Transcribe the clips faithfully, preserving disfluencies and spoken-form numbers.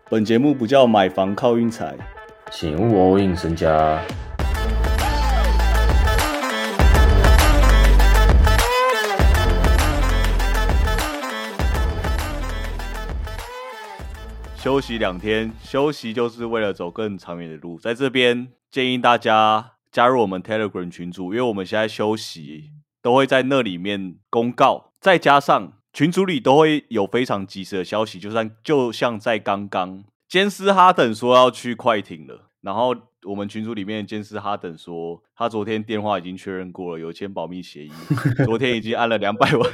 本节目不叫买房靠运财， 请勿 all in 身家。 休息两天，休息就是为了走更长远的路。在这边建议大家加入我们 Telegram 群组，因为我们现在休息都会在那里面公告，再加上群组里都会有非常及时的消息，就像就像在刚刚，坚斯哈登说要去快艇了，然后我们群组里面坚斯哈登说他昨天电话已经确认过了，有签保密协议，昨天已经按了两百万。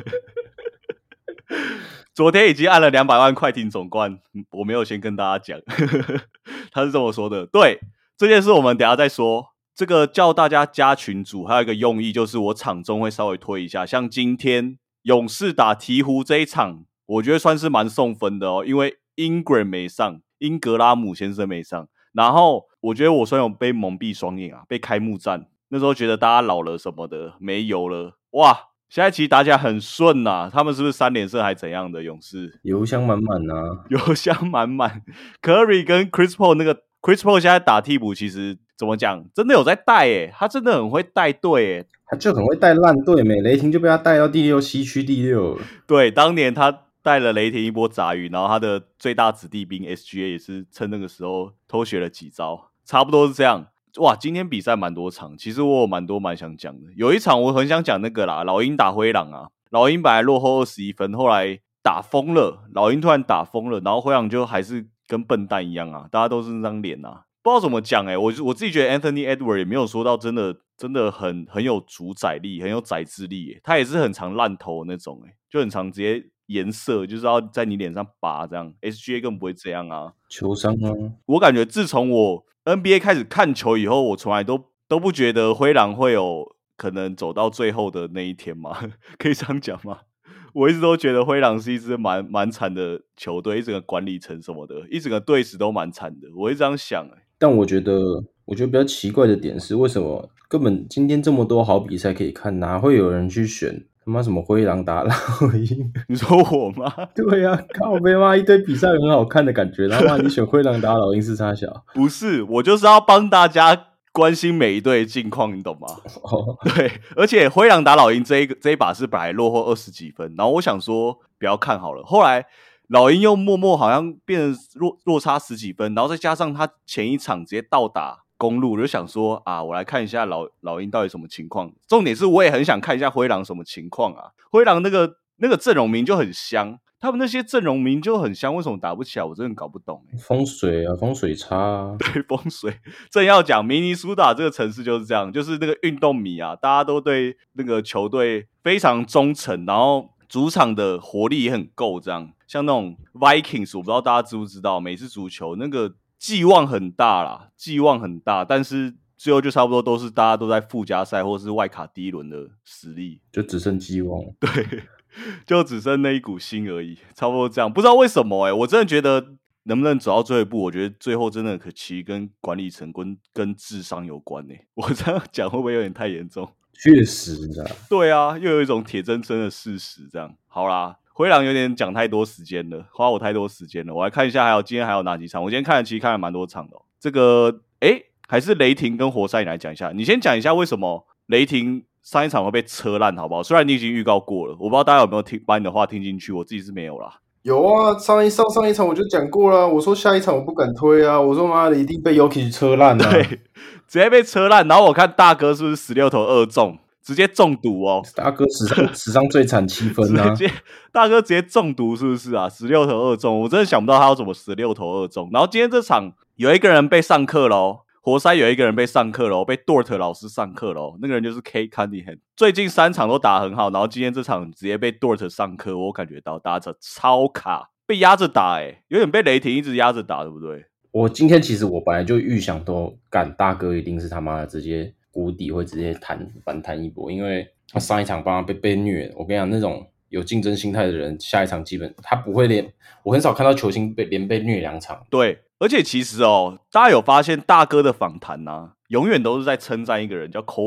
昨天已经按了两百万快艇总冠，我没有先跟大家讲，他是这么说的。对，这件事我们等一下再说。这个叫大家加群组，还有一个用意就是我场中会稍微推一下，像今天勇士打鹈鹕这一场，我觉得算是蛮送分的哦，因为 Ingram 没上，英格拉姆先生没上，然后我觉得我虽然有被蒙蔽双眼啊，被开幕战，那时候觉得大家老了什么的，没油了，哇！现在其实打起来很顺呐、啊，他们是不是三连胜还怎样的勇士？ 油箱满满啊， 油箱满满。Curry 跟 Chris Paul 那个 Chris Paul 现在打替补，其实怎么讲，真的有在带诶，他真的很会带队诶， 他就很会带烂队没，雷霆就被他带到第六，西区第六了。 对，当年他带了雷霆一波杂鱼，然后他的最大子弟兵 S G A 也是趁那个时候偷学了几招，差不多是这样。哇，今天比赛蛮多场，其实我有蛮多蛮想讲的。有一场我很想讲那个啦，老鹰打灰狼啊，老鹰本来落后二十一分，后来打疯了，老鹰突然打疯了，然后灰狼就还是跟笨蛋一样啊，大家都是那张脸啊，不知道怎么讲欸，我我自己觉得 Anthony Edwards 也没有说到真的真的很很有主宰力，很有宰制力欸，他也是很常烂投的那种欸，就很常直接颜色就是要在你脸上拔这样 ，S G A 更不会这样啊， 球商啊， 我感觉自从我N B A 开始看球以后，我从来都都不觉得灰狼会有可能走到最后的那一天嘛，可以这样讲吗？我一直都觉得灰狼是一支蛮蛮惨的球队，一整个管理层什么的，一整个队史都蛮惨的，我会这样想欸。 但我觉得，我觉得比较奇怪的点是，为什么根本今天这么多好比赛可以看，哪会有人去选他妈什么灰狼打老鹰？ 你说我吗？ 对啊，靠北妈一堆比赛很好看的感觉，然后你选灰狼打老鹰是差小？ 不是，我就是要帮大家关心每一队的近况，你懂吗？ 哦， 对，而且灰狼打老鹰这一个这一把是本来落后二十几分，然后我想说不要看好了，后来老鹰又默默好像变成落落差十几分，然后再加上他前一场直接倒打公路，我就想说啊，我来看一下老老鹰到底什么情况。重点是我也很想看一下灰狼什么情况啊，灰狼那个那个阵容名就很香。他们那些阵容名就很香，为什么打不起来？我真的搞不懂、欸、 风水啊，风水差啊。 对，风水。正要讲明尼苏达这个城市就是这样，就是那个运动迷啊，大家都对那个球队非常忠诚，然后主场的活力也很够，这样。像那种 Vikings， 我不知道大家知不知道，美式足球那个寄望很大啦，寄望很大，但是最后就差不多都是大家都在附加赛或是外卡第一轮的实力， 就只剩寄望。 对。就只剩那一股心而已，差不多这样。不知道为什么欸，我真的觉得能不能走到最后一步，我觉得最后真的可其实跟管理层跟跟智商有关欸。我这样讲会不会有点太严重？ 确实啊， 对啊，又有一种铁铮铮的事实。这样好啦，灰狼有点讲太多时间了，花我太多时间了。我来看一下，还有今天还有哪几场？我今天看了，其实看了蛮多场的哦。这个诶，还是雷霆跟活塞，你来讲一下。你先讲一下为什么雷霆上一场会被车烂，好不好？虽然你已经预告过了，我不知道大家有没有听把你的话听进去，我自己是没有啦。 有啊，上一上上一场我就讲过了，我说下一场我不敢推啊，我说妈的一定被 Yoki 车烂啊， 对，直接被车烂。然后我看大哥是不是十六投二中，直接中毒哦。 大哥史上史上最惨七分啊， 直接大哥直接中毒是不是啊？十六投二中，我真的想不到他要怎么十六投二中。然后今天这场有一个人被上课喽。活塞有一个人被上课了，被 Dort 老师上课了，那个人就是 K Cunningham。最近三场都打得很好，然后今天这场直接被 Dort 上课，我感觉到打着超卡，被压着打、欸，有点被雷霆一直压着打，对不对？ 我今天其实我本来就预想都干大哥一定是他妈的直接谷底会直接弹反弹一波，因为他上一场帮他被被虐，我跟你讲那种有竞争心态的人，下一场基本他不会连，我很少看到球星被连被虐两场。 对。而且其实哦，大家有发现大哥的访谈啊，永远都是在称赞一个人叫 Kobe。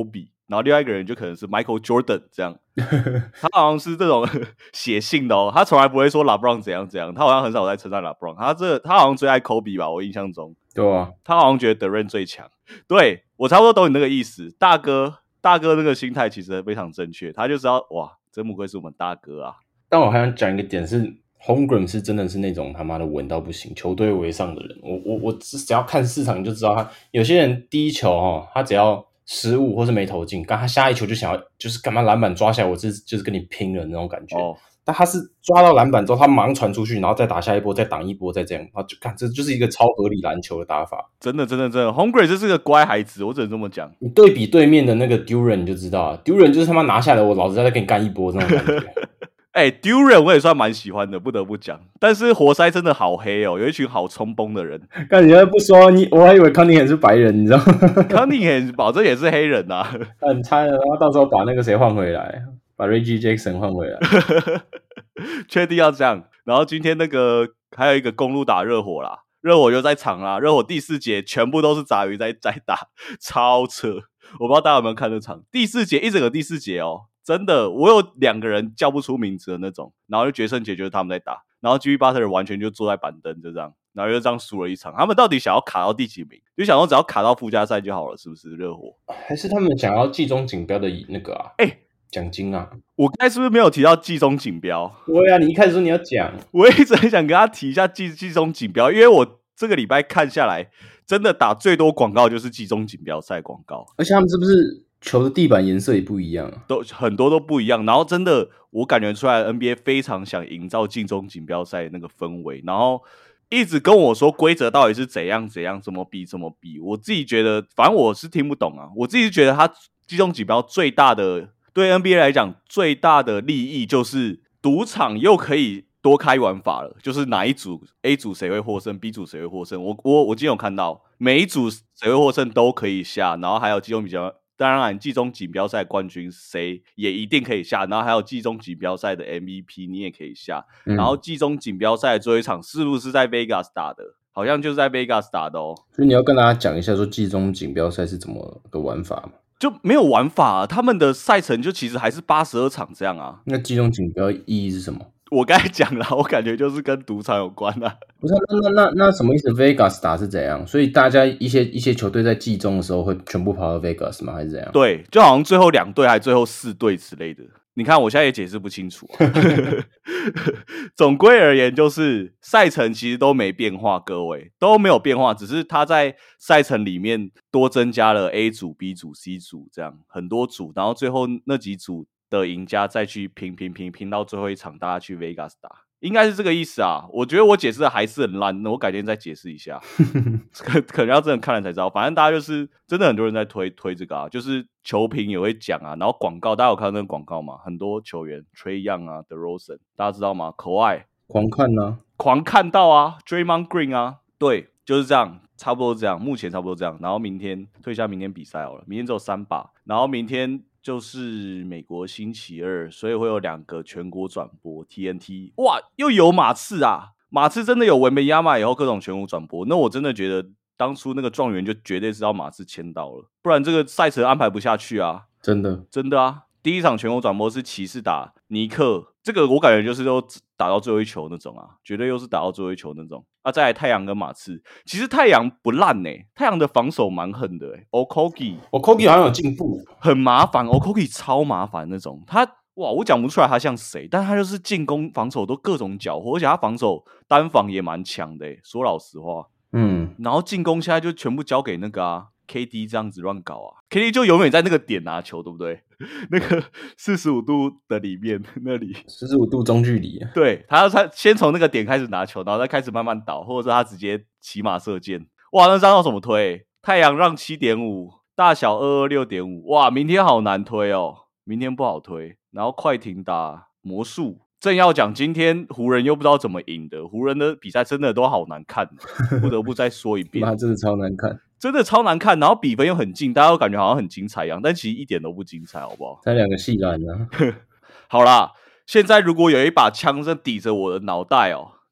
然后另外一个人就可能是 Michael Jordan 这样。他好像是这种写信的哦，他从来不会说 LeBron 怎样怎样，他好像很少在称赞 LeBron， 他这他好像最爱 Kobe 吧，我印象中。 对啊， 他好像觉得 Durant 最强。对，我差不多懂你那个意思，大哥大哥那个心态其实非常正确，他就知道哇，真不愧是我们大哥啊。 但我还想讲一个点是 ，Holmgren 是真的是那种他妈的稳到不行，球队为上的人。我我我只要看市场就知道他，有些人第一球哦，他只要失误或是没投进，干他下一球就想要就是干嘛篮板抓下来，我是就是跟你拼了那种感觉。哦，但他是抓到篮板之后，他马上传出去，然后再打下一波，再挡一波，再这样，然后就看这就是一个超合理篮球的打法。 真的，真的，真的 ，Holmgren 这是个乖孩子，我只能这么讲。 你对比对面的那个 Durant 你就知道了 ，Durant 就是他妈拿下来，我老子再给你干一波这种感觉。 哎、欸、，Durant 我也算蛮喜欢的，不得不讲。但是活塞真的好黑哦，有一群好冲崩的人。 干你还不说你，我还以为康宁很是白人，你知道吗？ 康宁很保证也是黑人啊， 很差的。然后到时候把那个谁换回来，把 Reggie Jackson 换回来， 确定要这样。然后今天那个还有一个公路打热火啦，热火就在场啦，热火第四节全部都是杂鱼在在打，超扯。我不知道大家有没有看这场第四节，一整个第四节哦。真的，我有两个人叫不出名字的那种，然后就决胜节就是他们在打，然后 Jimmy Butler 完全就坐在板凳就这样，然后就这样输了一场。他们到底想要卡到第几名？就想说只要卡到附加赛就好了，是不是？热火还是他们想要季中锦标的那个啊？ 哎、欸， 奖金啊！ 我刚才是不是没有提到季中锦标？ 对啊，你一开始说你要讲， 我一直很想跟他提一下季季中锦标，因为我这个礼拜看下来，真的打最多广告就是季中锦标赛广告， 而且他们是不是？球的地板颜色也不一样、啊， 都很多都不一样。然后真的，我感觉出来 N B A 非常想营造季中锦标赛那个氛围，然后一直跟我说规则到底是怎样怎样，怎么比怎么比。我自己觉得，反正我是听不懂啊。我自己觉得，他季中锦标最大的对 N B A 来讲最大的利益就是赌场又可以多开玩法了，就是哪一组 A 组谁会获胜 ，B 组谁会获胜。我我我今天有看到每一组谁会获胜都可以下，然后还有季中比较。当然，季中锦标赛冠军谁也一定可以下，然后还有季中锦标赛的 M V P 你也可以下，嗯、然后季中锦标赛的最后一场是不是在 Vegas 打的？好像就是在 Vegas 打的哦。 所以你要跟大家讲一下，说季中锦标赛是怎么个玩法吗？ 就没有玩法、啊，他们的赛程就其实还是八十二场这样啊。 那季中锦标意义是什么？ 我刚才讲了，我感觉就是跟赌场有关啊。 不是，那那那那什么意思 ？Vegas 打是怎样？所以大家一些一些球队在季中的时候会全部跑到 Vegas 吗？还是怎样？ 对，就好像最后两队还最后四队之类的。你看，我现在也解释不清楚、啊。总归而言，就是赛程其实都没变化，各位都没有变化，只是他在赛程里面多增加了 A 组、B 组、C 组这样很多组，然后最后那几组的赢家再去拼拼拼拼到最后一场，大家去 Vegas 打，应该是这个意思啊。我觉得我解释的还是很烂，那我改天再解释一下，可可能要真的看了才知道。反正大家就是真的很多人在推推这个啊，就是球评也会讲啊，然后广告大家有看到那个广告吗？很多球员 Trae Young 啊 DeRozan 大家知道吗？可爱狂看啊， 狂看到啊 Draymond Green 啊，对，就是这样。差不多这样，目前差不多这样。然后明天推一下明天比赛好了，明天只有三把，然后明天就是美国星期二，所以会有两个全国转播 T N T。哇，又有马刺啊！马刺真的有文梅亚马以后各种全国转播，那我真的觉得当初那个状元就绝对是要马刺签到了，不然这个赛程安排不下去啊！ 真的， 真的啊！第一场全国转播是骑士打尼克，这个我感觉就是都打到最后一球那种啊，绝对又是打到最后一球那种啊。再来太阳跟马刺，其实太阳不烂呢、欸，太阳的防守蛮狠的、欸。Okogie，Okogie 好像有进步， 很麻烦 ，Okogie 超麻烦那种。他哇，我讲不出来他像谁，但他就是进攻防守都各种缴获，而且他防守单防也蛮强的、欸。说老实话，嗯，然后进攻现在就全部交给那个啊。K D 这样子乱搞啊 ，K D 就永远在那个点拿球，对不对？那个四十五度的里面那里， 四十五度中距离， 对，他要他先从那个点开始拿球，然后再开始慢慢倒，或者是他直接骑马射箭。哇，那张要怎么推？太阳让 七点五， 大小 二二六点五， 哇，明天好难推哦，明天不好推。然后快艇打魔术。正要讲今天湖人又不知道怎么赢的，湖人的比赛真的都好难看，不得不再说一遍， 妈真的超难看， 真的超难看，然后比分又很近，大家都感觉好像很精彩一样，但其实一点都不精彩，好不好？ 才两个细篮呢。 好啦，现在如果有一把枪在抵着我的脑袋哦，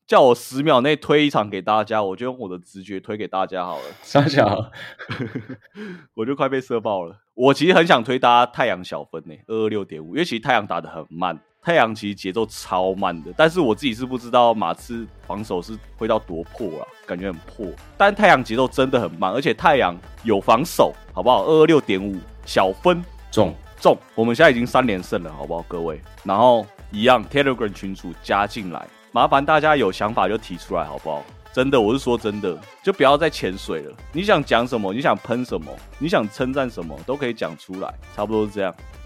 叫我十秒内推一场给大家，我就用我的直觉推给大家好了。 傻小， 我就快被射爆了。我其实很想推大家太阳小分呢、欸， 二二六点五，因为其实太阳打得很慢，太阳其实节奏超慢的，但是我自己是不知道马刺防守是会到多破啦，感觉很破。但太阳节奏真的很慢，而且太阳有防守，好不好？ 二二六点五 小分中中，我们现在已经三连胜了，好不好，各位？然后一样 Telegram 群组加进来，麻烦大家有想法就提出来，好不好？真的，我是说真的，就不要再潜水了。你想讲什么，你想喷什么，你想称赞什么，都可以讲出来，差不多是这样。